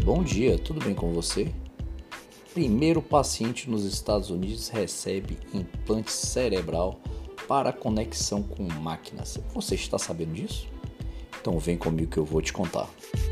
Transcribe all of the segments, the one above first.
Bom dia, tudo bem com você? Primeiro paciente nos Estados Unidos recebe implante cerebral para conexão com máquinas. Você está sabendo disso? Então vem comigo que eu vou te contar.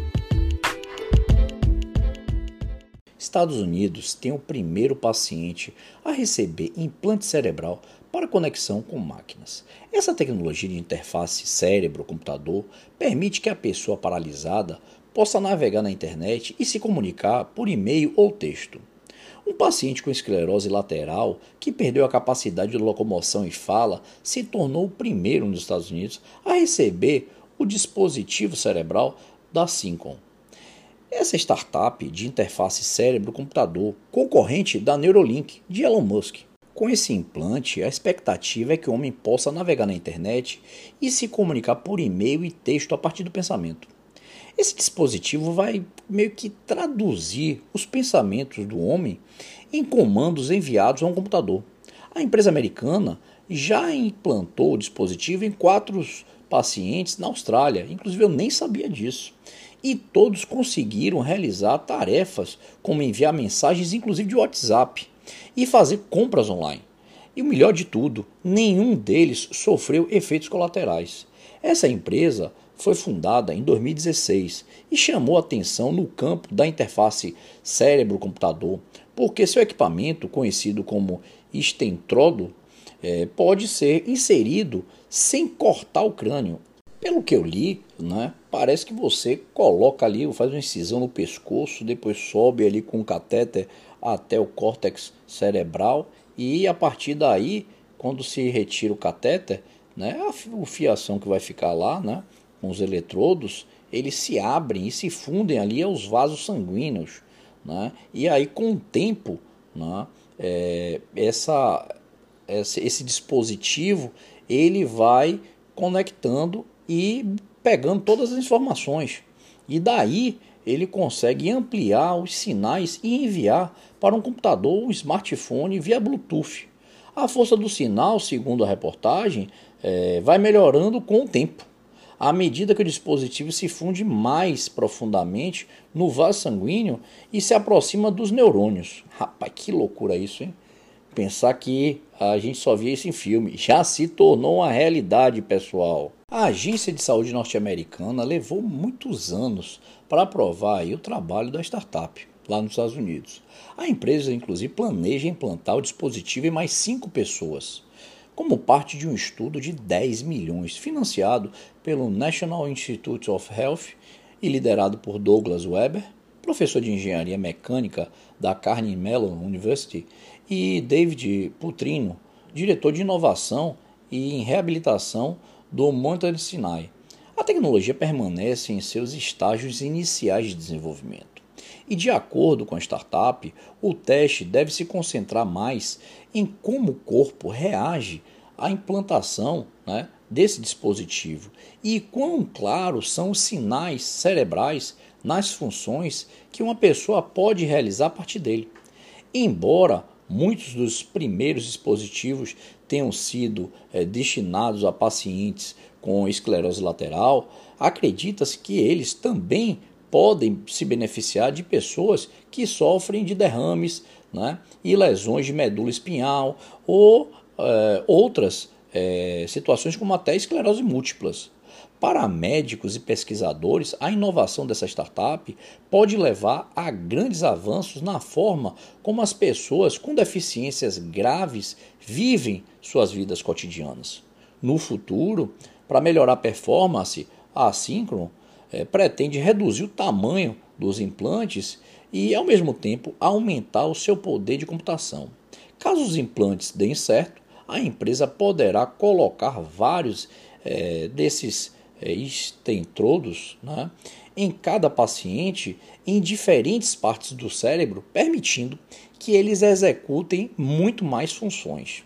Estados Unidos tem o primeiro paciente a receber implante cerebral para conexão com máquinas. Essa tecnologia de interface cérebro-computador permite que a pessoa paralisada possa navegar na internet e se comunicar por e-mail ou texto. Um paciente com esclerose lateral que perdeu a capacidade de locomoção e fala se tornou o primeiro nos Estados Unidos a receber o dispositivo cerebral da Synchron. Essa startup de interface cérebro-computador, concorrente da Neuralink de Elon Musk. Com esse implante, a expectativa é que o homem possa navegar na internet e se comunicar por e-mail e texto a partir do pensamento. Esse dispositivo vai meio que traduzir os pensamentos do homem em comandos enviados a um computador. A empresa americana já implantou o dispositivo em 4 pacientes na Austrália, inclusive eu nem sabia disso. E todos conseguiram realizar tarefas como enviar mensagens, inclusive de WhatsApp, e fazer compras online. E o melhor de tudo, nenhum deles sofreu efeitos colaterais. Essa empresa foi fundada em 2016 e chamou atenção no campo da interface cérebro-computador, porque seu equipamento, conhecido como estentrodo, pode ser inserido sem cortar o crânio. Pelo que eu li, parece que você coloca ali, faz uma incisão no pescoço, depois sobe ali com um catéter até o córtex cerebral e a partir daí, quando se retira o catéter, a fiação que vai ficar lá, com os eletrodos, eles se abrem e se fundem ali aos vasos sanguíneos. E aí, com o tempo, esse dispositivo ele vai conectando e pegando todas as informações. E daí ele consegue ampliar os sinais e enviar para um computador ou um smartphone via Bluetooth. A força do sinal, segundo a reportagem, vai melhorando com o tempo, à medida que o dispositivo se funde mais profundamente no vaso sanguíneo e se aproxima dos neurônios. Rapaz, que loucura isso, hein? Pensar que a gente só via isso em filme. Já se tornou uma realidade, pessoal. A Agência de Saúde norte-americana levou muitos anos para aprovar o trabalho da startup lá nos Estados Unidos. A empresa, inclusive, planeja implantar o dispositivo em mais 5 pessoas, como parte de um estudo de 10 milhões, financiado pelo National Institutes of Health e liderado por Douglas Weber, professor de engenharia mecânica da Carnegie Mellon University, e David Putrino, diretor de inovação e reabilitação do Mount Sinai. A tecnologia permanece em seus estágios iniciais de desenvolvimento. E de acordo com a startup, o teste deve se concentrar mais em como o corpo reage à implantação desse dispositivo e quão claros são os sinais cerebrais nas funções que uma pessoa pode realizar a partir dele. Embora muitos dos primeiros dispositivos tenham sido destinados a pacientes com esclerose lateral, acredita-se que eles também podem se beneficiar de pessoas que sofrem de derrames e lesões de medula espinhal ou outras situações como até esclerose múltiplas. Para médicos e pesquisadores, a inovação dessa startup pode levar a grandes avanços na forma como as pessoas com deficiências graves vivem suas vidas cotidianas. No futuro, para melhorar a performance, a Synchron pretende reduzir o tamanho dos implantes e, ao mesmo tempo, aumentar o seu poder de computação. Caso os implantes deem certo, a empresa poderá colocar vários desses estentrodos em cada paciente em diferentes partes do cérebro, permitindo que eles executem muito mais funções.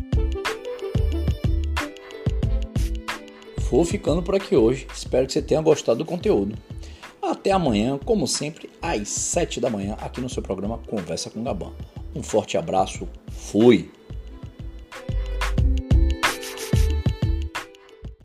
Vou ficando por aqui hoje, espero que você tenha gostado do conteúdo. Até amanhã, como sempre, às 7 da manhã, aqui no seu programa Conversa com Gabão. Um forte abraço, fui!